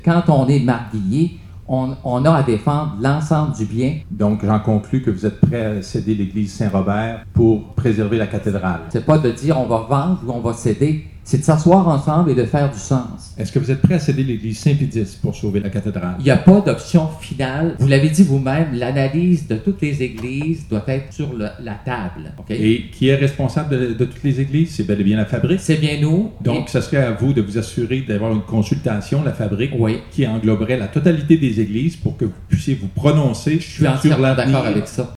Quand on est marguillier, on a à défendre l'ensemble du bien. Donc, j'en conclus que vous êtes prêt à céder l'église Saint-Robert pour préserver la cathédrale. C'est pas de dire on va vendre ou on va céder, c'est de s'asseoir ensemble et de faire du sens. Est-ce que vous êtes prêt à céder l'église Saint-Pédis pour sauver la cathédrale? Il n'y a pas d'option finale. Vous l'avez dit vous-même, l'analyse de toutes les églises doit être sur la table. Okay? Et qui est responsable de toutes les églises? C'est bel et bien la fabrique. C'est bien nous. Donc, ce serait à vous de vous assurer d'avoir une consultation, la fabrique, oui, qui engloberait la totalité des églises pour que vous puissiez vous prononcer sur l'avenir. Je suis entièrement d'accord avec ça.